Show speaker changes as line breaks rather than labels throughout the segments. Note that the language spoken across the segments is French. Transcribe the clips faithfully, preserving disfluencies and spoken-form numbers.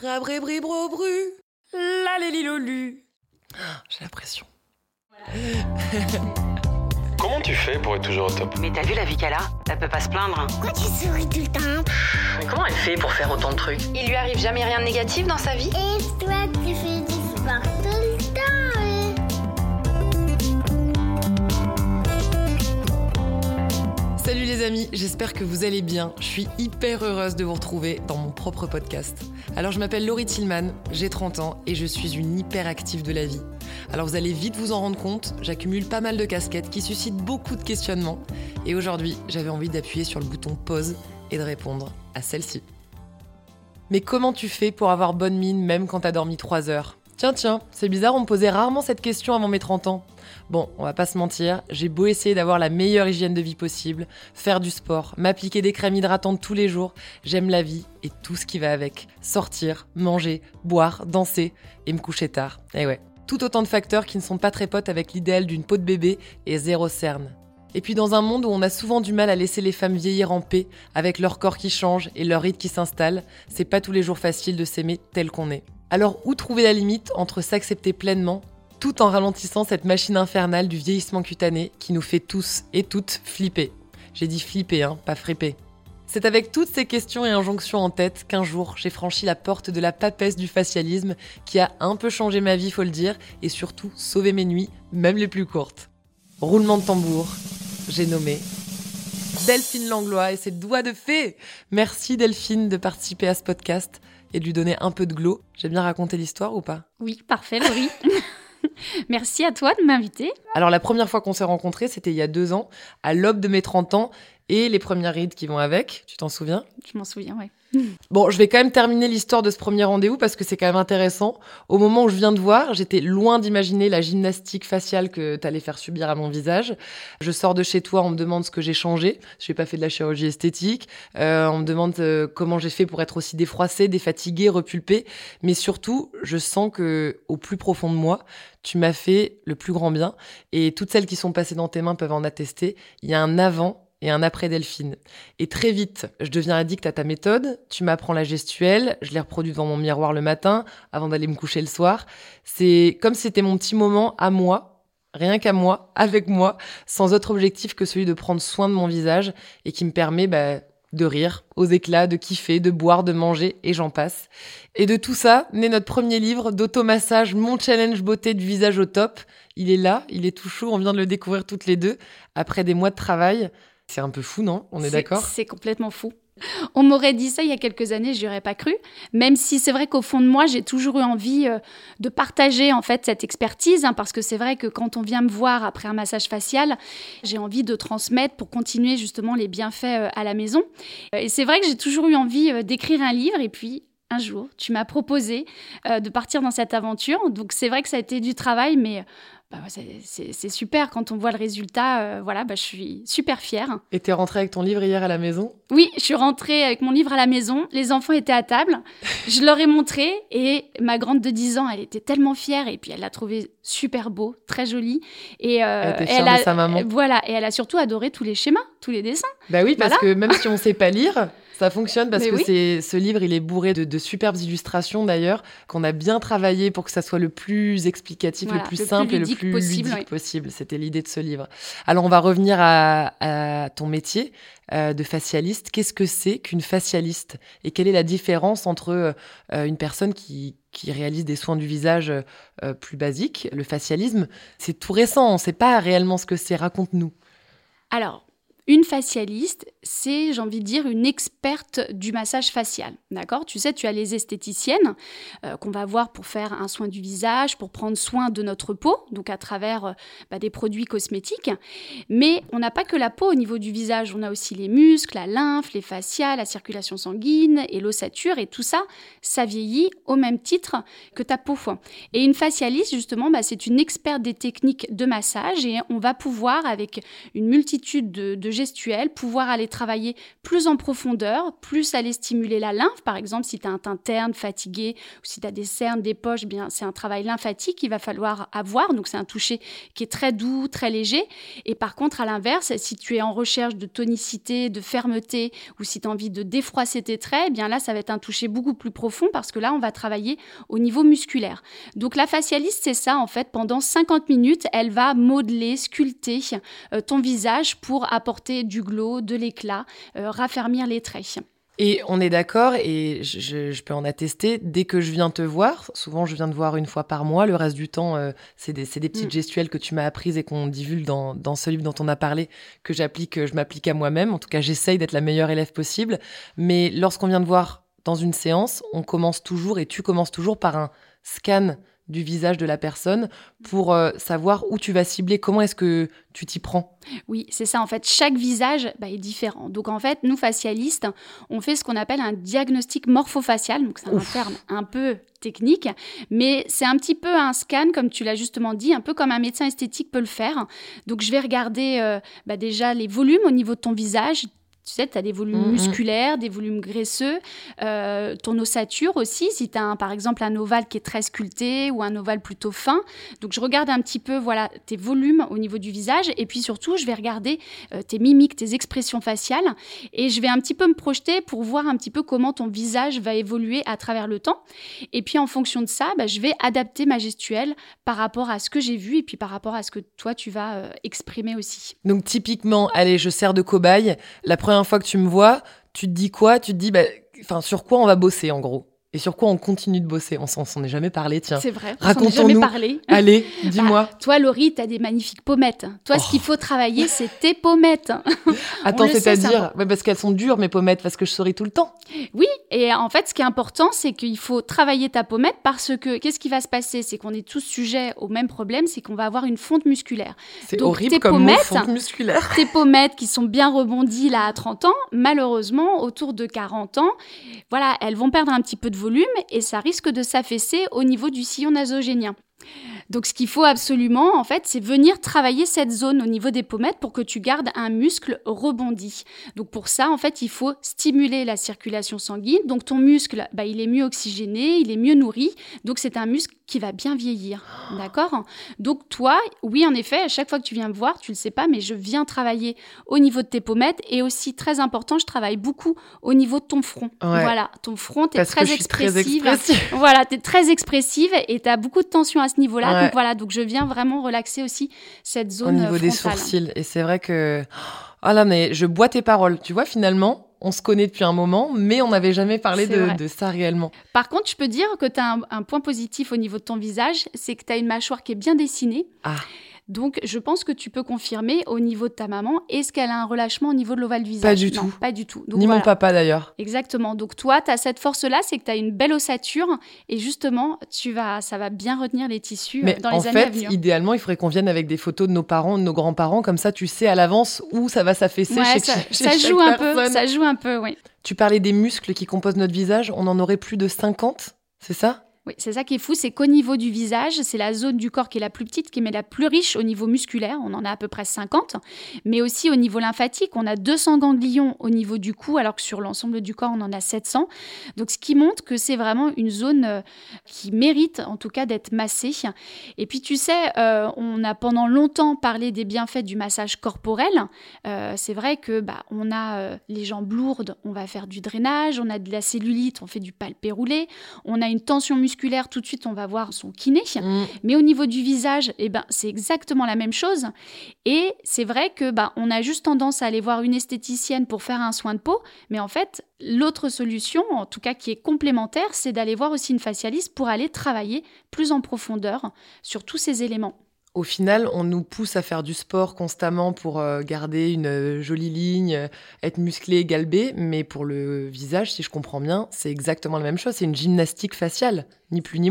Rabré-bri-bro-bru, la lélilolu. J'ai la pression.
Comment tu fais pour être toujours au top ?
Mais t'as vu la vie qu'elle a ? Elle peut pas se plaindre. Hein.
Pourquoi tu souris tout le temps ?
Mais comment elle fait pour faire autant de trucs ? Il lui arrive jamais rien de négatif dans sa vie ?
Et toi, tu fais du sport tout le temps, hein ?
Salut les amis, j'espère que vous allez bien. Je suis hyper heureuse de vous retrouver dans mon propre podcast. Alors je m'appelle Laurie Tillman, j'ai trente ans et je suis une hyperactive de la vie. Alors vous allez vite vous en rendre compte, j'accumule pas mal de casquettes qui suscitent beaucoup de questionnements. Et aujourd'hui, j'avais envie d'appuyer sur le bouton pause et de répondre à celle-ci. Mais comment tu fais pour avoir bonne mine même quand t'as dormi trois heures ? Tiens, tiens, c'est bizarre, on me posait rarement cette question avant mes trente ans. Bon, on va pas se mentir, j'ai beau essayer d'avoir la meilleure hygiène de vie possible, faire du sport, m'appliquer des crèmes hydratantes tous les jours, j'aime la vie et tout ce qui va avec. Sortir, manger, boire, danser et me coucher tard. Eh ouais, tout autant de facteurs qui ne sont pas très potes avec l'idéal d'une peau de bébé et zéro cerne. Et puis dans un monde où on a souvent du mal à laisser les femmes vieillir en paix, avec leur corps qui change et leur rythme qui s'installe, c'est pas tous les jours facile de s'aimer tel qu'on est. Alors où trouver la limite entre s'accepter pleinement, tout en ralentissant cette machine infernale du vieillissement cutané qui nous fait tous et toutes flipper. J'ai dit flipper, hein, pas fripper. C'est avec toutes ces questions et injonctions en tête qu'un jour, j'ai franchi la porte de la papesse du facialisme qui a un peu changé ma vie, faut le dire, et surtout sauvé mes nuits, même les plus courtes. Roulement de tambour, j'ai nommé Delphine Langlois et ses doigts de fée. Merci Delphine de participer à ce podcast et de lui donner un peu de glow. J'ai bien raconté l'histoire ou pas ?
Oui, parfait Laurie. Merci à toi de m'inviter.
Alors la première fois qu'on s'est rencontrés, c'était il y a deux ans, à l'aube de mes trente ans, et les premières rides qui vont avec, tu t'en souviens ?
Je m'en souviens, ouais.
Bon, je vais quand même terminer l'histoire de ce premier rendez-vous parce que c'est quand même intéressant. Au moment où je viens de voir, j'étais loin d'imaginer la gymnastique faciale que t'allais faire subir à mon visage. Je sors de chez toi, on me demande ce que j'ai changé. J'ai pas fait de la chirurgie esthétique. Euh, on me demande euh, comment j'ai fait pour être aussi défroissée, défatiguée, repulpée. Mais surtout, je sens que, au plus profond de moi, tu m'as fait le plus grand bien. Et toutes celles qui sont passées dans tes mains peuvent en attester. Il y a un avant et un après Delphine. Et très vite, je deviens addict à ta méthode, tu m'apprends la gestuelle, je l'ai reproduite devant mon miroir le matin, avant d'aller me coucher le soir. C'est comme si c'était mon petit moment à moi, rien qu'à moi, avec moi, sans autre objectif que celui de prendre soin de mon visage, et qui me permet bah, de rire, aux éclats, de kiffer, de boire, de manger, et j'en passe. Et de tout ça, naît notre premier livre d'automassage, mon challenge beauté du visage au top. Il est là, il est tout chaud, on vient de le découvrir toutes les deux, après des mois de travail. C'est un peu fou, non ? On est,
c'est,
d'accord ?
C'est complètement fou. On m'aurait dit ça il y a quelques années, je n'y aurais pas cru. Même si c'est vrai qu'au fond de moi, j'ai toujours eu envie euh, de partager en fait cette expertise, hein, parce que c'est vrai que quand on vient me voir après un massage facial, j'ai envie de transmettre pour continuer justement les bienfaits euh, à la maison. Et c'est vrai que j'ai toujours eu envie euh, d'écrire un livre et puis un jour, tu m'as proposé euh, de partir dans cette aventure. Donc c'est vrai que ça a été du travail, mais bah, c'est, c'est, c'est super quand on voit le résultat. Euh, voilà, bah, je suis super fière.
Et t'es rentrée avec ton livre hier à la maison ?
Oui, je suis rentrée avec mon livre à la maison. Les enfants étaient à table. Je leur ai montré et ma grande de dix ans, elle était tellement fière et puis elle l'a trouvé super beau, très joli. Et, euh,
elle était
fière
elle a,
de
sa maman.
Voilà, et elle a surtout adoré tous les schémas, tous les dessins.
Bah oui, parce
voilà.
que même si on sait pas lire, ça fonctionne parce
Mais
que
oui.
c'est, ce livre, il est bourré de, de superbes illustrations d'ailleurs, qu'on a bien travaillé pour que ça soit le plus explicatif,
Voilà,
le plus
le
simple
plus
et le
ludique
plus
possible,
ludique
oui.
possible. C'était l'idée de ce livre. Alors on va revenir à, à ton métier euh, de facialiste. Qu'est-ce que c'est qu'une facialiste ? Et quelle est la différence entre euh, une personne qui, qui réalise des soins du visage euh, plus basiques ? Le facialisme, c'est tout récent, on ne sait pas réellement ce que c'est. Raconte-nous.
Alors, une facialiste, c'est, j'ai envie de dire, une experte du massage facial, d'accord ? Tu sais, tu as les esthéticiennes euh, qu'on va voir pour faire un soin du visage, pour prendre soin de notre peau, donc à travers euh, bah, des produits cosmétiques. Mais on n'a pas que la peau au niveau du visage, on a aussi les muscles, la lymphe, les fascias, la circulation sanguine et l'ossature, et tout ça, ça vieillit au même titre que ta peau. Et une facialiste, justement, bah, c'est une experte des techniques de massage et on va pouvoir, avec une multitude de, de gestuelle, pouvoir aller travailler plus en profondeur, plus aller stimuler la lymphe. Par exemple, si tu as un teint terne, fatigué, ou si tu as des cernes, des poches, bien, c'est un travail lymphatique qu'il va falloir avoir. Donc, c'est un toucher qui est très doux, très léger. Et par contre, à l'inverse, si tu es en recherche de tonicité, de fermeté, ou si tu as envie de défroisser tes traits, eh bien là, ça va être un toucher beaucoup plus profond parce que là, on va travailler au niveau musculaire. Donc, la facialiste, c'est ça, en fait. Pendant cinquante minutes, elle va modeler, sculpter euh, ton visage pour apporter du glow, de l'éclat, euh, raffermir les traits.
Et on est d'accord, et je, je peux en attester, dès que je viens te voir, souvent je viens te voir une fois par mois, le reste du temps, euh, c'est, des, c'est des petites mmh. gestuelles que tu m'as apprises et qu'on divulgue dans, dans ce livre dont on a parlé, que j'applique, je m'applique à moi-même. En tout cas, j'essaye d'être la meilleure élève possible. Mais lorsqu'on vient te voir dans une séance, on commence toujours, et tu commences toujours par un scan du visage de la personne pour euh, savoir où tu vas cibler, comment est-ce que tu t'y prends.
Oui, c'est ça. En fait, chaque visage bah, est différent. Donc, en fait, nous, facialistes, on fait ce qu'on appelle un diagnostic morphofacial. Donc, c'est un Ouf. terme un peu technique, mais c'est un petit peu un scan, comme tu l'as justement dit, un peu comme un médecin esthétique peut le faire. Donc, je vais regarder euh, bah, déjà les volumes au niveau de ton visage. Tu sais, tu as des volumes mmh, musculaires, des volumes graisseux, euh, ton ossature aussi, si tu as par exemple un ovale qui est très sculpté ou un ovale plutôt fin. Donc, je regarde un petit peu voilà, tes volumes au niveau du visage et puis surtout, je vais regarder euh, tes mimiques, tes expressions faciales et je vais un petit peu me projeter pour voir un petit peu comment ton visage va évoluer à travers le temps. Et puis, en fonction de ça, bah, je vais adapter ma gestuelle par rapport à ce que j'ai vu et puis par rapport à ce que toi, tu vas euh, exprimer aussi.
Donc, typiquement, allez, je sers de cobaye. La première fois que tu me vois, tu te dis quoi ? Tu te dis, bah, sur quoi on va bosser en gros ? Et sur quoi on continue de bosser ? On s'en, s'en est jamais parlé, tiens.
C'est vrai, on
racontons-nous.
s'en est jamais parlé.
Allez, dis-moi.
Bah, toi, Laurie, t'as des magnifiques pommettes. Toi, oh. ce qu'il faut travailler, c'est tes pommettes.
Attends, c'est-à-dire bah, parce qu'elles sont dures, mes pommettes, parce que je souris tout le temps.
Oui, et en fait, ce qui est important, c'est qu'il faut travailler ta pommette parce que, qu'est-ce qui va se passer ? C'est qu'on est tous sujets au même problème, c'est qu'on va avoir une fonte musculaire.
C'est
Donc,
horrible comme mot, fonte musculaire.
Tes pommettes qui sont bien rebondies là à trente ans, malheureusement, autour de quarante ans, voilà, elles vont perdre un petit peu de volume et ça risque de s'affaisser au niveau du sillon nasogénien. Donc, ce qu'il faut absolument, en fait, c'est venir travailler cette zone au niveau des pommettes pour que tu gardes un muscle rebondi. Donc, pour ça, en fait, il faut stimuler la circulation sanguine. Donc, ton muscle, bah, il est mieux oxygéné, il est mieux nourri. Donc, c'est un muscle qui va bien vieillir. D'accord ? Donc, toi, oui, en effet, à chaque fois que tu viens me voir, tu le sais pas, mais je viens travailler au niveau de tes pommettes. Et aussi, très important, je travaille beaucoup au niveau de ton front.
Ouais.
Voilà, ton front, tu es
très expressive.
Très expressive. Voilà, tu es très expressive et tu as beaucoup de tension à ce niveau-là.
Ouais.
Donc voilà, donc je viens vraiment relaxer aussi cette zone frontale.
Au niveau des sourcils. Et c'est vrai que... Ah là, mais je bois tes paroles. Tu vois, finalement, on se connaît depuis un moment, mais on n'avait jamais parlé de, de ça réellement.
Par contre, je peux dire que tu as un, un point positif au niveau de ton visage, c'est que tu as une mâchoire qui est bien dessinée.
Ah.
Donc, je pense que tu peux confirmer au niveau de ta maman, est-ce qu'elle a un relâchement au niveau de l'ovale du visage ?
Pas du
non,
tout.
Pas du tout. Donc,
Ni
voilà.
mon papa d'ailleurs.
Exactement. Donc, toi, tu as cette force-là, c'est que tu as une belle ossature et justement, tu vas, ça va bien retenir les tissus
mais
dans les
années
fait,
à venir. En fait, idéalement, il faudrait qu'on vienne avec des photos de nos parents, de nos grands-parents, comme ça, tu sais à l'avance où ça va s'affaisser
ouais,
chez,
ça,
chez
ça
chaque
joue un
personne.
peu, ça joue un peu, oui.
Tu parlais des muscles qui composent notre visage, on en aurait plus de cinquante, c'est ça ?
Oui, c'est ça qui est fou, c'est qu'au niveau du visage, c'est la zone du corps qui est la plus petite, qui est la plus riche au niveau musculaire, on en a à peu près cinquante, mais aussi au niveau lymphatique, on a deux cents ganglions au niveau du cou, alors que sur l'ensemble du corps, on en a sept cents. Donc, ce qui montre que c'est vraiment une zone qui mérite, en tout cas, d'être massée. Et puis, tu sais, euh, on a pendant longtemps parlé des bienfaits du massage corporel. Euh, c'est vrai que bah, on a euh, les jambes lourdes, on va faire du drainage, on a de la cellulite, on fait du palpé roulé, on a une tension musculaire, musculaire, tout de suite, on va voir son kiné. Mmh. Mais au niveau du visage, eh ben, c'est exactement la même chose. Et c'est vrai que bah, on a juste tendance à aller voir une esthéticienne pour faire un soin de peau. Mais en fait, l'autre solution, en tout cas qui est complémentaire, c'est d'aller voir aussi une facialiste pour aller travailler plus en profondeur sur tous ces éléments.
Au final, on nous pousse à faire du sport constamment pour euh, garder une euh, jolie ligne, euh, être musclé, galbé. Mais pour le visage, si je comprends bien, c'est exactement la même chose. C'est une gymnastique faciale, ni plus ni moins.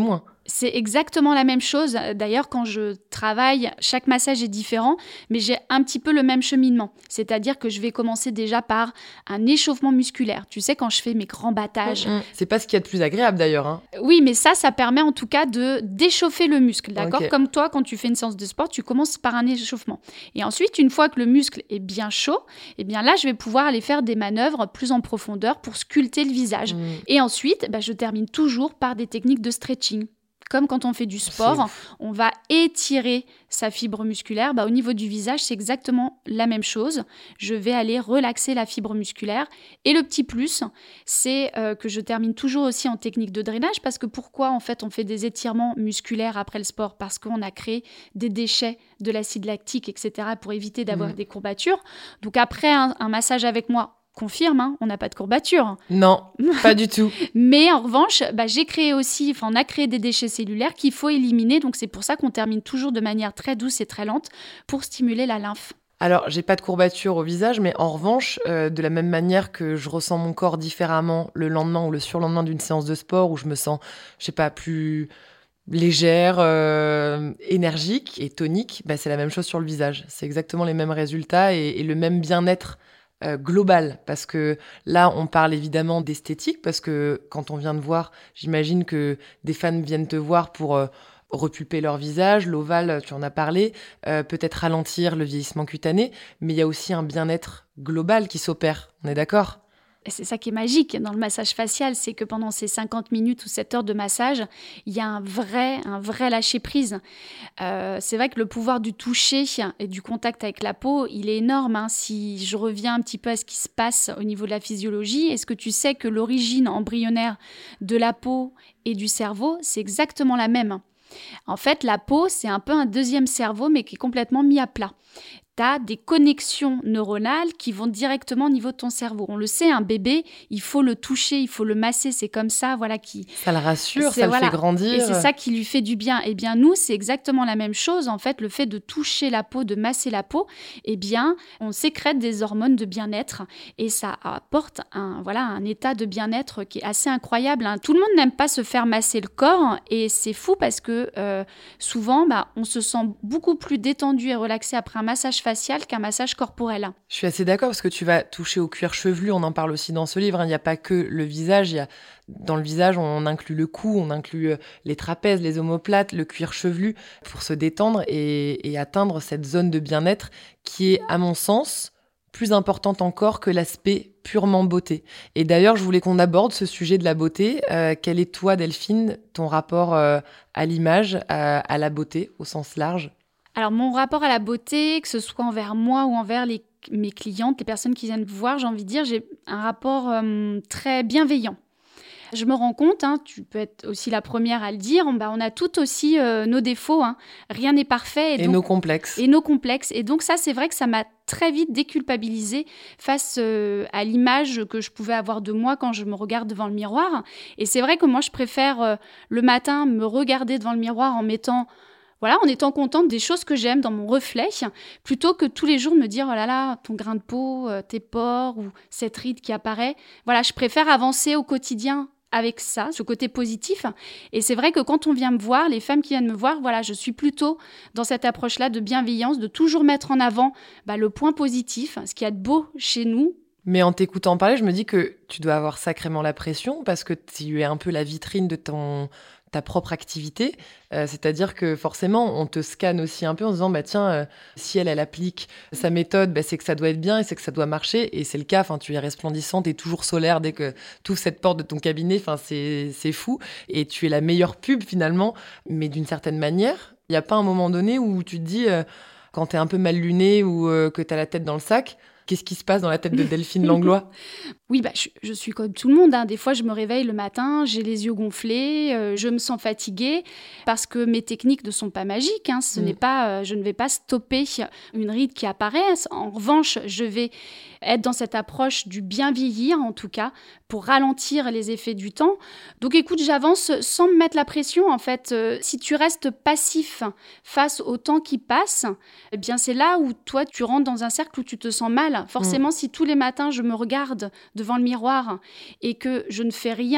C'est exactement la même chose. D'ailleurs, quand je travaille, chaque massage est différent, mais j'ai un petit peu le même cheminement. C'est-à-dire que je vais commencer déjà par un échauffement musculaire. Tu sais, quand je fais mes grands battages.
Mmh, mmh. C'est pas ce qu'il y a de plus agréable d'ailleurs. Hein.
Oui, mais ça, ça permet en tout cas de d'échauffer le muscle, d'accord ?
Okay.
Comme toi, quand tu fais une séance de sport, tu commences par un échauffement. Et ensuite, une fois que le muscle est bien chaud, eh bien là, je vais pouvoir aller faire des manœuvres plus en profondeur pour sculpter le visage. Mmh. Et ensuite, bah, je termine toujours par des techniques de stretching. Comme quand on fait du sport, on va étirer sa fibre musculaire. Bah, au niveau du visage, c'est exactement la même chose. Je vais aller relaxer la fibre musculaire. Et le petit plus, c'est euh, que je termine toujours aussi en technique de drainage. Parce que pourquoi, en fait, on fait des étirements musculaires après le sport ? Parce qu'on a créé des déchets de l'acide lactique, et cetera, pour éviter d'avoir mmh. des courbatures. Donc après un, un massage avec moi, confirme, hein, on n'a pas de courbature.
Non, pas du tout.
Mais en revanche, bah, j'ai créé aussi, enfin, on a créé des déchets cellulaires qu'il faut éliminer. Donc c'est pour ça qu'on termine toujours de manière très douce et très lente pour stimuler la lymphe.
Alors, j'ai pas de courbature au visage, mais en revanche, euh, de la même manière que je ressens mon corps différemment le lendemain ou le surlendemain d'une séance de sport où je me sens, je sais pas, plus légère, euh, énergique et tonique, bah, c'est la même chose sur le visage. C'est exactement les mêmes résultats et, et le même bien-être Euh, global, parce que là, on parle évidemment d'esthétique, parce que quand on vient te voir, j'imagine que des fans viennent te voir pour euh, repulper leur visage, l'ovale, tu en as parlé, euh, peut-être ralentir le vieillissement cutané, mais il y a aussi un bien-être global qui s'opère, on est d'accord ?
Et c'est ça qui est magique dans le massage facial, c'est que pendant ces cinquante minutes ou sept heures de massage, il y a un vrai, un vrai lâcher-prise. Euh, c'est vrai que le pouvoir du toucher et du contact avec la peau, il est énorme. Hein. Si je reviens un petit peu à ce qui se passe au niveau de la physiologie, est-ce que tu sais que l'origine embryonnaire de la peau et du cerveau, c'est exactement la même ? En fait, la peau, c'est un peu un deuxième cerveau, mais qui est complètement mis à plat. Tu as des connexions neuronales qui vont directement au niveau de ton cerveau. On le sait, un bébé, il faut le toucher, il faut le masser, c'est comme ça, voilà. Qui...
Ça le rassure, ça
voilà.
le fait grandir.
Et c'est ça qui lui fait du bien. Eh bien, nous, c'est exactement la même chose. En fait, le fait de toucher la peau, de masser la peau, eh bien, on sécrète des hormones de bien-être et ça apporte un, voilà, un état de bien-être qui est assez incroyable. Hein. Tout le monde n'aime pas se faire masser le corps et c'est fou parce que euh, souvent, bah, on se sent beaucoup plus détendu et relaxé après un massage facial qu'un massage corporel.
Je suis assez d'accord parce que tu vas toucher au cuir chevelu, on en parle aussi dans ce livre, hein. Il n'y a pas que le visage, il y a, dans le visage on inclut le cou, on inclut les trapèzes, les omoplates, le cuir chevelu pour se détendre et, et atteindre cette zone de bien-être qui est à mon sens plus importante encore que l'aspect purement beauté. Et d'ailleurs je voulais qu'on aborde ce sujet de la beauté. Euh, quel est toi Delphine, ton rapport euh, à l'image, à, à la beauté au sens large ?
Alors, mon rapport à la beauté, que ce soit envers moi ou envers les, mes clientes, les personnes qui viennent me voir, j'ai envie de dire, j'ai un rapport euh, très bienveillant. Je me rends compte, hein, tu peux être aussi la première à le dire, on, bah, on a toutes aussi euh, nos défauts, hein. Rien n'est parfait. Et,
et
donc,
nos complexes.
Et nos complexes. Et donc ça, c'est vrai que ça m'a très vite déculpabilisée face euh, à l'image que je pouvais avoir de moi quand je me regarde devant le miroir. Et c'est vrai que moi, je préfère euh, le matin me regarder devant le miroir en mettant... Voilà, en étant contente des choses que j'aime dans mon reflet, plutôt que tous les jours me dire « Oh là là, ton grain de peau, euh, tes pores ou cette ride qui apparaît ». Voilà, je préfère avancer au quotidien avec ça, ce côté positif. Et c'est vrai que quand on vient me voir, les femmes qui viennent me voir, voilà, je suis plutôt dans cette approche-là de bienveillance, de toujours mettre en avant bah, le point positif, ce qu'il y a de beau chez nous.
Mais en t'écoutant parler, je me dis que tu dois avoir sacrément la pression parce que tu es un peu la vitrine de ton... ta propre activité, euh, c'est-à-dire que forcément, on te scanne aussi un peu en se disant, bah tiens, euh, si elle, elle applique sa méthode, bah, c'est que ça doit être bien et c'est que ça doit marcher, et c'est le cas, tu es resplendissante et toujours solaire dès que tu ouvres cette porte de ton cabinet, c'est, c'est fou, et tu es la meilleure pub finalement, mais d'une certaine manière, il n'y a pas un moment donné où tu te dis, euh, quand tu es un peu mal luné ou euh, que tu as la tête dans le sac, qu'est-ce qui se passe dans la tête de Delphine Langlois ?
Oui, bah, je, je suis comme tout le monde. Hein. Des fois, je me réveille le matin, j'ai les yeux gonflés, euh, je me sens fatiguée parce que mes techniques ne sont pas magiques. Hein. Ce mmh. n'est pas, euh, je ne vais pas stopper une ride qui apparaît. En revanche, je vais être dans cette approche du bien vieillir, en tout cas, pour ralentir les effets du temps. Donc, écoute, j'avance sans me mettre la pression. En fait, euh, si tu restes passif face au temps qui passe, eh bien, c'est là où toi, tu rentres dans un cercle où tu te sens mal. Forcément, mmh. si tous les matins, je me regarde devant le miroir et que je ne fais rien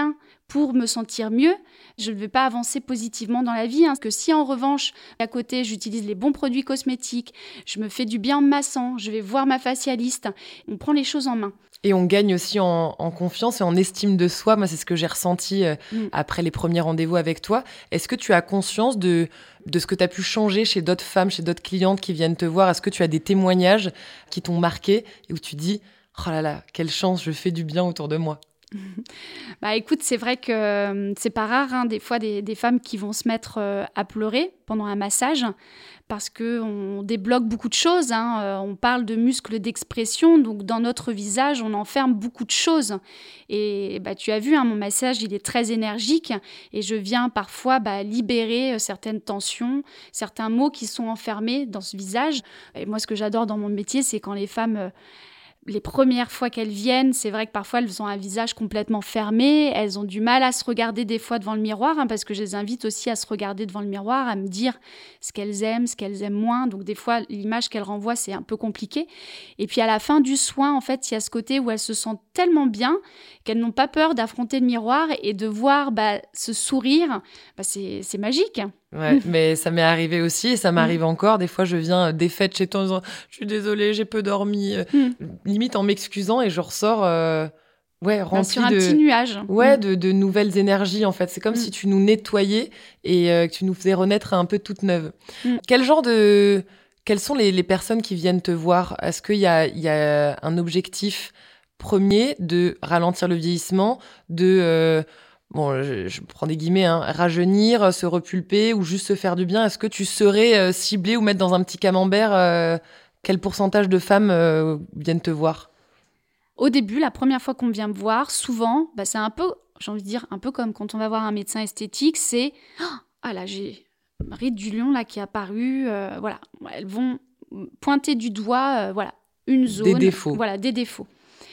pour me sentir mieux, je ne vais pas avancer positivement dans la vie. Hein. Que si en revanche, à côté, j'utilise les bons produits cosmétiques, je me fais du bien en me massant, je vais voir ma facialiste, on prend les choses en main.
Et on gagne aussi en, en confiance et en estime de soi. Moi, c'est ce que j'ai ressenti euh, mm. après les premiers rendez-vous avec toi. Est-ce que tu as conscience de, de ce que tu as pu changer chez d'autres femmes, chez d'autres clientes qui viennent te voir ? Est-ce que tu as des témoignages qui t'ont marqué et où tu dis « Oh là là, quelle chance, je fais du bien autour de moi ».
Bah écoute, c'est vrai que euh, c'est pas rare, hein, des fois, des, des femmes qui vont se mettre euh, à pleurer pendant un massage parce qu'on débloque beaucoup de choses. Hein. Euh, on parle de muscles d'expression, donc dans notre visage, on enferme beaucoup de choses. Et bah, tu as vu, hein, mon massage, il est très énergique et je viens parfois bah, libérer euh, certaines tensions, certains mots qui sont enfermés dans ce visage. Et moi, ce que j'adore dans mon métier, c'est quand les femmes... Euh, Les premières fois qu'elles viennent, c'est vrai que parfois elles ont un visage complètement fermé, elles ont du mal à se regarder des fois devant le miroir, hein, parce que je les invite aussi à se regarder devant le miroir, à me dire ce qu'elles aiment, ce qu'elles aiment moins. Donc des fois, l'image qu'elles renvoient, c'est un peu compliqué. Et puis à la fin du soin, en fait, il y a ce côté où elles se sentent tellement bien qu'elles n'ont pas peur d'affronter le miroir et de voir bah, ce sourire. Bah, c'est, c'est magique.
Ouais, mais ça m'est arrivé aussi et ça m'arrive mmh. encore. Des fois, je viens défaite chez toi en disant « Je suis désolée, j'ai peu dormi. Mmh. » Limite en m'excusant et je ressors euh, ouais, remplie
bah, sur un
de...
petit nuage.
Ouais,
mmh.
de, de nouvelles énergies, en fait. C'est comme mmh. si tu nous nettoyais et euh, que tu nous faisais renaître un peu toute neuve. Mmh. Quel genre de... Quelles sont les, les personnes qui viennent te voir ? Est-ce qu'il y a, il y a un objectif premier de ralentir le vieillissement, de... Euh, Bon, je, je prends des guillemets, hein, rajeunir, se repulper ou juste se faire du bien. Est-ce que tu saurais euh, cibler ou mettre dans un petit camembert euh, quel pourcentage de femmes euh, viennent te voir ?
Au début, la première fois qu'on vient me voir, souvent, bah, c'est un peu, j'ai envie de dire, un peu comme quand on va voir un médecin esthétique, c'est « Ah là, j'ai une ride du lion là, qui est apparue. Euh, » Voilà, elles vont pointer du doigt, euh, voilà, une zone.
Des défauts.
Voilà, des défauts.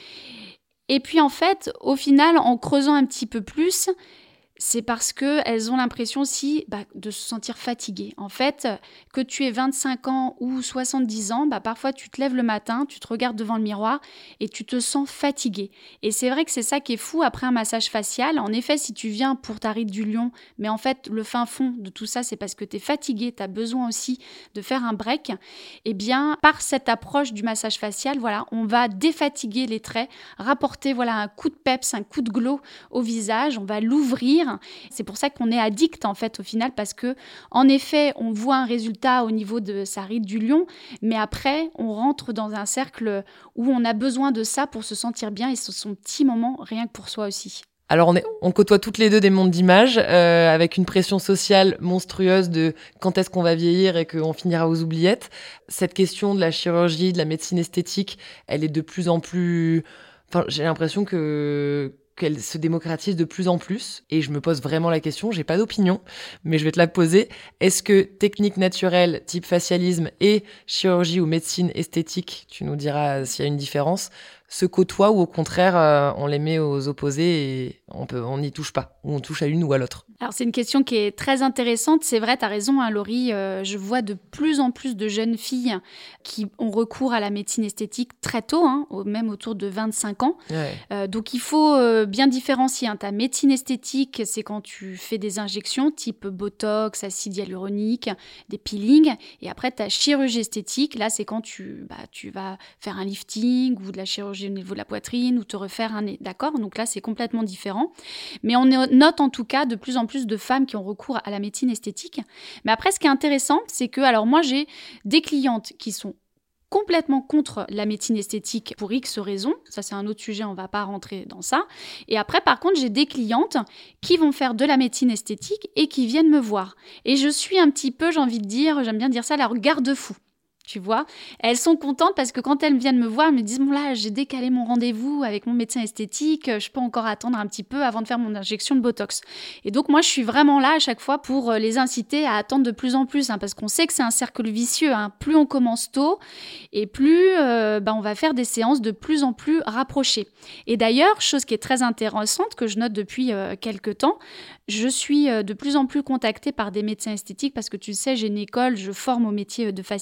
Et puis en fait, au final, en creusant un petit peu plus, c'est parce qu'elles ont l'impression aussi bah, de se sentir fatiguées. En fait, que tu aies vingt-cinq ans ou soixante-dix ans, bah, parfois tu te lèves le matin, tu te regardes devant le miroir et tu te sens fatiguée. Et c'est vrai que c'est ça qui est fou après un massage facial. En effet, si tu viens pour ta ride du lion, mais en fait, le fin fond de tout ça, c'est parce que tu es fatiguée, tu as besoin aussi de faire un break. Eh bien, par cette approche du massage facial, voilà, on va défatiguer les traits, rapporter voilà, un coup de peps, un coup de glow au visage, on va l'ouvrir. C'est pour ça qu'on est addict en fait au final parce que en effet on voit un résultat au niveau de sa ride du lion, mais après on rentre dans un cercle où on a besoin de ça pour se sentir bien et c'est son petit moment rien que pour soi aussi.
Alors on, est, on côtoie toutes les deux des mondes d'images euh, avec une pression sociale monstrueuse de quand est-ce qu'on va vieillir et qu'on finira aux oubliettes. Cette question de la chirurgie, de la médecine esthétique, elle est de plus en plus... Enfin, j'ai l'impression que... qu'elle se démocratise de plus en plus. Et je me pose vraiment la question, j'ai pas d'opinion, mais je vais te la poser. Est-ce que technique naturelle, type facialisme, et chirurgie ou médecine esthétique, tu nous diras s'il y a une différence, se côtoient ou au contraire, euh, on les met aux opposés et on peut, on n'y touche pas, ou on touche à l'une ou à l'autre?
Alors, c'est une question qui est très intéressante. C'est vrai, tu as raison, hein, Laurie. Euh, je vois de plus en plus de jeunes filles qui ont recours à la médecine esthétique très tôt, hein, même autour de vingt-cinq ans.
Ouais.
Euh, donc, il faut euh, bien différencier. Hein. Ta médecine esthétique, c'est quand tu fais des injections type Botox, acide hyaluronique, des peelings. Et après, ta chirurgie esthétique, là, c'est quand tu, bah, tu vas faire un lifting ou de la chirurgie au niveau de la poitrine ou te refaire un nez. D'accord ? Donc là, c'est complètement différent. Mais on note en tout cas de plus en plus plus de femmes qui ont recours à la médecine esthétique. Mais après, ce qui est intéressant, c'est que, alors moi, j'ai des clientes qui sont complètement contre la médecine esthétique pour X raisons. Ça, c'est un autre sujet, on ne va pas rentrer dans ça. Et après, par contre, j'ai des clientes qui vont faire de la médecine esthétique et qui viennent me voir. Et je suis un petit peu, j'ai envie de dire, j'aime bien dire ça, leur garde-fou. Tu vois, elles sont contentes parce que quand elles viennent me voir, elles me disent « Bon là, j'ai décalé mon rendez-vous avec mon médecin esthétique, je peux encore attendre un petit peu avant de faire mon injection de Botox. » Et donc moi, je suis vraiment là à chaque fois pour les inciter à attendre de plus en plus, hein, parce qu'on sait que c'est un cercle vicieux. Hein. Plus on commence tôt et plus euh, bah, on va faire des séances de plus en plus rapprochées. Et d'ailleurs, chose qui est très intéressante, que je note depuis euh, quelques temps, je suis euh, de plus en plus contactée par des médecins esthétiques parce que tu sais, j'ai une école, je forme au métier de facialiste.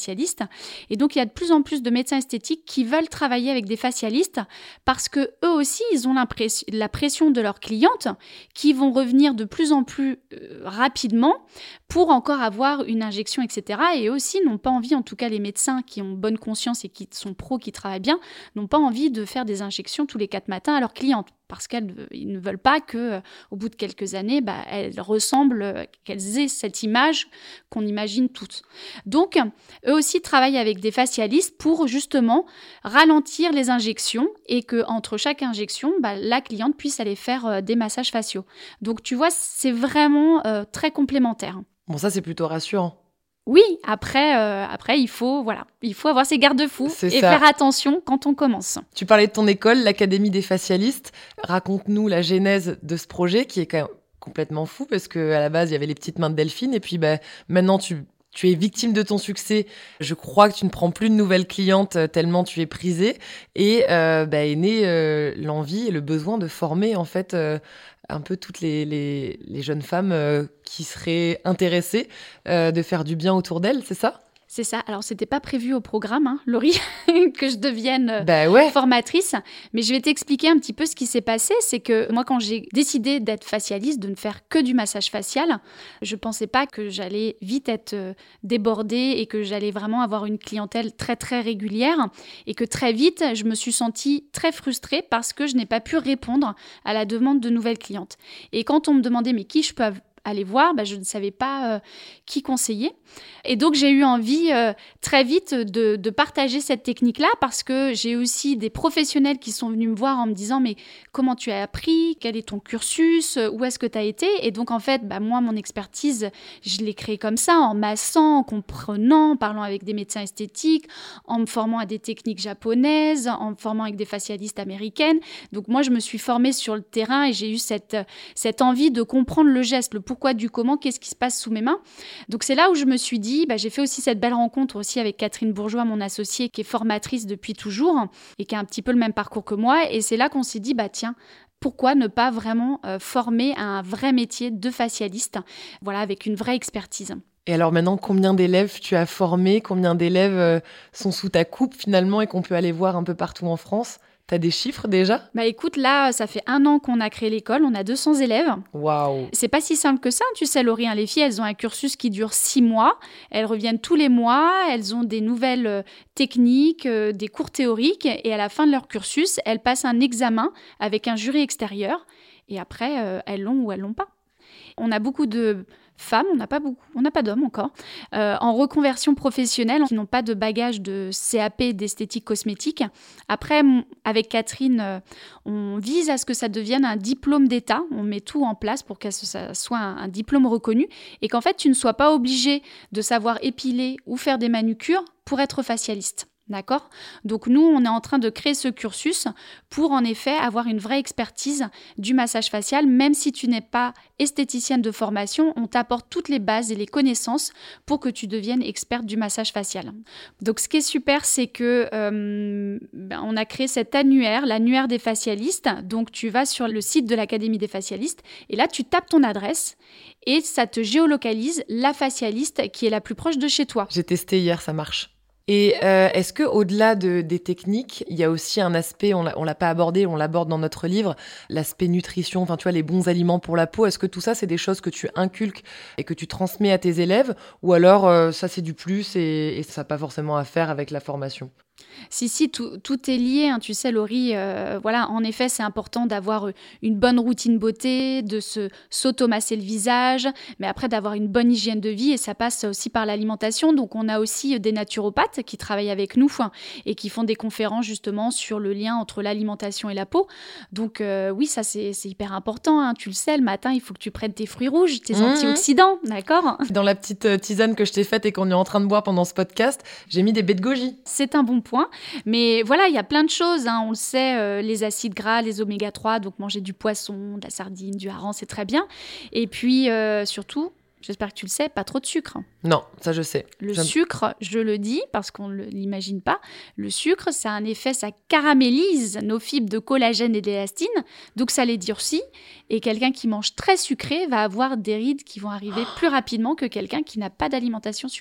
Et donc, il y a de plus en plus de médecins esthétiques qui veulent travailler avec des facialistes parce que eux aussi, ils ont la pression de leurs clientes qui vont revenir de plus en plus euh, rapidement pour encore avoir une injection, et cetera. Et eux aussi n'ont pas envie, en tout cas les médecins qui ont bonne conscience et qui sont pros, qui travaillent bien, n'ont pas envie de faire des injections tous les quatre matins à leurs clientes parce qu'ils ne veulent pas qu'au euh, bout de quelques années, bah, elles ressemblent, euh, qu'elles aient cette image qu'on imagine toutes. Donc, eux aussi travaillent avec des facialistes pour justement ralentir les injections et qu'entre chaque injection, bah, la cliente puisse aller faire euh, des massages faciaux. Donc, tu vois, c'est vraiment euh, très complémentaire.
Bon, ça, c'est plutôt rassurant.
Oui, après, euh, après il, faut, voilà, il faut avoir ses garde-fous
C'est
et
ça.
faire attention quand on commence.
Tu parlais de ton école, l'Académie des facialistes. Raconte-nous la genèse de ce projet qui est quand même complètement fou parce qu'à la base, il y avait les petites mains de Delphine et puis bah, maintenant, tu, tu es victime de ton succès. Je crois que tu ne prends plus de nouvelles clientes tellement tu es prisée et euh, bah, est née euh, l'envie et le besoin de former en fait euh, un peu toutes les, les, les jeunes femmes euh, qui seraient intéressées euh, de faire du bien autour d'elles, c'est ça ?
C'est ça. Alors, c'était pas prévu au programme, hein, Laurie, que je devienne euh,
bah ouais.
formatrice. Mais je vais t'expliquer un petit peu ce qui s'est passé. C'est que moi, quand j'ai décidé d'être facialiste, de ne faire que du massage facial, je pensais pas que j'allais vite être euh, débordée et que j'allais vraiment avoir une clientèle très, très régulière. Et que très vite, je me suis sentie très frustrée parce que je n'ai pas pu répondre à la demande de nouvelles clientes. Et quand on me demandait, mais qui je peux aller voir, bah, je ne savais pas euh, qui conseiller. Et donc, j'ai eu envie euh, très vite de, de partager cette technique-là parce que j'ai aussi des professionnels qui sont venus me voir en me disant « Mais comment tu as appris ? Quel est ton cursus ? Où est-ce que tu as été ?» Et donc, en fait, bah, moi, mon expertise, je l'ai créée comme ça, en massant, en comprenant, en parlant avec des médecins esthétiques, en me formant à des techniques japonaises, en me formant avec des facialistes américaines. Donc, moi, je me suis formée sur le terrain et j'ai eu cette, cette envie de comprendre le geste, le pourquoi du comment, qu'est-ce qui se passe sous mes mains. Donc, c'est là où je me suis dit, bah, j'ai fait aussi cette belle rencontre aussi avec Catherine Bourgeois, mon associée, qui est formatrice depuis toujours et qui a un petit peu le même parcours que moi. Et c'est là qu'on s'est dit, bah tiens, pourquoi ne pas vraiment euh, former à un vrai métier de facialiste, voilà, avec une vraie expertise.
Et alors maintenant, combien d'élèves tu as formés ? Combien d'élèves euh, sont sous ta coupe finalement et qu'on peut aller voir un peu partout en France ? T'as des chiffres déjà ?
Bah écoute, là, ça fait un an qu'on a créé l'école, on a deux cents élèves.
Waouh !
C'est pas si simple que ça, tu sais, Laurie, hein, les filles, elles ont un cursus qui dure six mois, elles reviennent tous les mois, elles ont des nouvelles euh, techniques, euh, des cours théoriques, et à la fin de leur cursus, elles passent un examen avec un jury extérieur, et après, euh, elles l'ont ou elles l'ont pas. On a beaucoup de femmes, on n'a pas beaucoup, on n'a pas d'hommes encore, euh, en reconversion professionnelle, qui n'ont pas de bagage de C A P d'esthétique cosmétique. Après, avec Catherine, euh, on vise à ce que ça devienne un diplôme d'État. On met tout en place pour que ça soit un, un diplôme reconnu et qu'en fait, tu ne sois pas obligé de savoir épiler ou faire des manucures pour être facialiste. D'accord ? Donc nous, on est en train de créer ce cursus pour en effet avoir une vraie expertise du massage facial. Même si tu n'es pas esthéticienne de formation, on t'apporte toutes les bases et les connaissances pour que tu deviennes experte du massage facial. Donc ce qui est super, c'est que euh, ben, on a créé cet annuaire, l'annuaire des facialistes. Donc tu vas sur le site de l'Académie des facialistes et là tu tapes ton adresse et ça te géolocalise la facialiste qui est la plus proche de chez toi.
J'ai testé hier, ça marche. Et euh, est-ce qu'au-delà de, des techniques, il y a aussi un aspect, on ne l'a pas abordé, on l'aborde dans notre livre, l'aspect nutrition, enfin tu vois, les bons aliments pour la peau. Est-ce que tout ça, c'est des choses que tu inculques et que tu transmets à tes élèves ? Ou alors, euh, ça, c'est du plus et, et ça n'a pas forcément à faire avec la formation ?
Si, si, tout, tout est lié, hein, tu sais, Laurie, euh, voilà, en effet, c'est important d'avoir une bonne routine beauté, de se, s'automasser le visage, mais après d'avoir une bonne hygiène de vie, et ça passe aussi par l'alimentation. Donc, on a aussi des naturopathes qui travaillent avec nous hein, et qui font des conférences justement sur le lien entre l'alimentation et la peau. Donc, euh, oui, ça, c'est, c'est hyper important. Hein. Tu le sais, le matin, il faut que tu prennes tes fruits rouges, tes mmh. antioxydants, d'accord ?
Dans la petite tisane que je t'ai faite et qu'on est en train de boire pendant ce podcast, j'ai mis des baies de goji.
C'est un bon point. Mais voilà, il y a plein de choses, hein. On le sait, euh, les acides gras, les oméga trois, donc manger du poisson, de la sardine, du hareng, c'est très bien. Et puis, euh, surtout, j'espère que tu le sais, pas trop de sucre.
Non, ça je sais.
Le
J'aime...
sucre, je le dis parce qu'on ne l'imagine pas, le sucre, ça a un effet, ça caramélise nos fibres de collagène et d'élastine, donc ça les durcit. Et quelqu'un qui mange très sucré va avoir des rides qui vont arriver plus rapidement que quelqu'un qui n'a pas d'alimentation sucrée.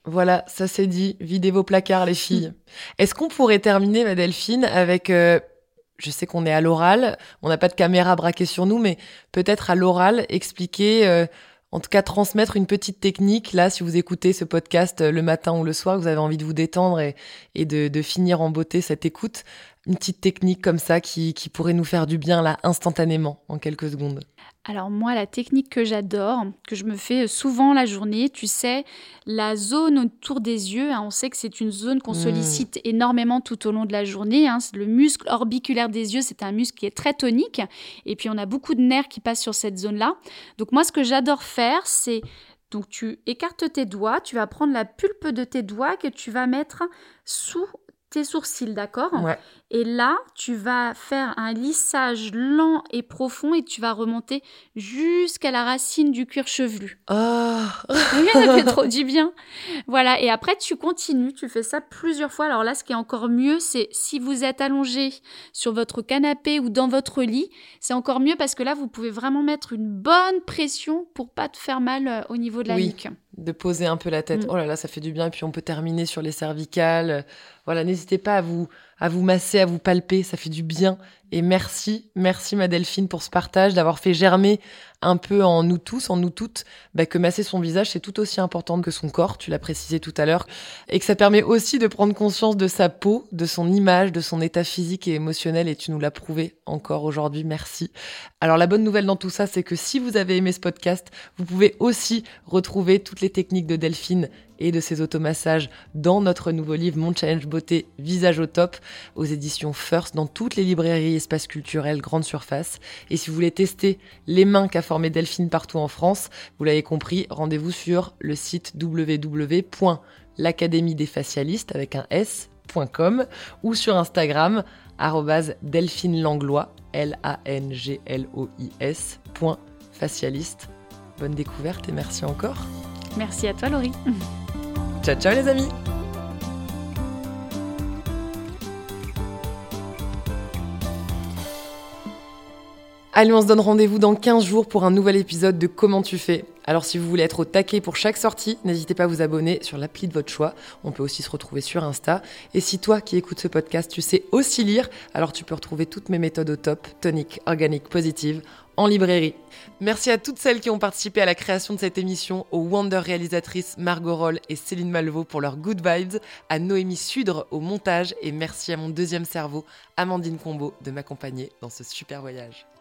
Voilà, ça c'est dit. Videz vos placards, les filles. Est-ce qu'on pourrait terminer, ma Delphine, avec... Euh, je sais qu'on est à l'oral, on n'a pas de caméra braquée sur nous, mais peut-être à l'oral, expliquer, euh, en tout cas transmettre une petite technique. Là, si vous écoutez ce podcast euh, le matin ou le soir, vous avez envie de vous détendre et, et de, de finir en beauté cette écoute, une petite technique comme ça qui, qui pourrait nous faire du bien là, instantanément, en quelques secondes.
Alors moi, la technique que j'adore, que je me fais souvent la journée, tu sais, la zone autour des yeux, hein, on sait que c'est une zone qu'on mmh. sollicite énormément tout au long de la journée. Hein, le muscle orbiculaire des yeux, c'est un muscle qui est très tonique. Et puis on a beaucoup de nerfs qui passent sur cette zone-là. Donc moi, ce que j'adore faire, c'est... Donc tu écartes tes doigts, tu vas prendre la pulpe de tes doigts que tu vas mettre sous tes sourcils, d'accord ?
Ouais.
Et là, tu vas faire un lissage lent et profond et tu vas remonter jusqu'à la racine du cuir chevelu.
Oh.
Ça fait trop du bien. Voilà, et après, tu continues, tu fais ça plusieurs fois. Alors là, ce qui est encore mieux, c'est si vous êtes allongé sur votre canapé ou dans votre lit, c'est encore mieux parce que là, vous pouvez vraiment mettre une bonne pression pour pas te faire mal au niveau de la
oui.
nuque.
De poser un peu la tête.
Mmh.
Oh là là, ça fait du bien. Et puis on peut terminer sur les cervicales. Voilà, n'hésitez pas à vous, à vous masser, à vous palper. Ça fait du bien. Et merci, merci ma Delphine pour ce partage, d'avoir fait germer un peu en nous tous, en nous toutes, bah, que masser son visage, c'est tout aussi important que son corps, tu l'as précisé tout à l'heure, et que ça permet aussi de prendre conscience de sa peau, de son image, de son état physique et émotionnel, et tu nous l'as prouvé encore aujourd'hui, merci. Alors la bonne nouvelle dans tout ça, c'est que si vous avez aimé ce podcast, vous pouvez aussi retrouver toutes les techniques de Delphine et de ses automassages dans notre nouveau livre Mon Challenge Beauté Visage au top aux éditions First, dans toutes les librairies, espaces culturels, grandes surfaces. Et si vous voulez tester les mains qu'a formé Delphine partout en France, vous l'avez compris, rendez-vous sur le site w w w point l'académie des facialistes avec un s point com ou sur Instagram arobase Delphine Langlois L A N G L O I S point facialiste. Bonne découverte et merci encore.
Merci à toi Laurie.
Ciao ciao les amis. Allez, on se donne rendez-vous dans quinze jours pour un nouvel épisode de Comment tu fais ? Alors si vous voulez être au taquet pour chaque sortie, n'hésitez pas à vous abonner sur l'appli de votre choix. On peut aussi se retrouver sur Insta. Et si toi qui écoutes ce podcast, tu sais aussi lire, alors tu peux retrouver toutes mes méthodes au top, tonique, organique, positive, en librairie. Merci à toutes celles qui ont participé à la création de cette émission, aux Wonder réalisatrices Margot Roll et Céline Malvaux pour leurs good vibes, à Noémie Sudre au montage et merci à mon deuxième cerveau, Amandine Combo, de m'accompagner dans ce super voyage.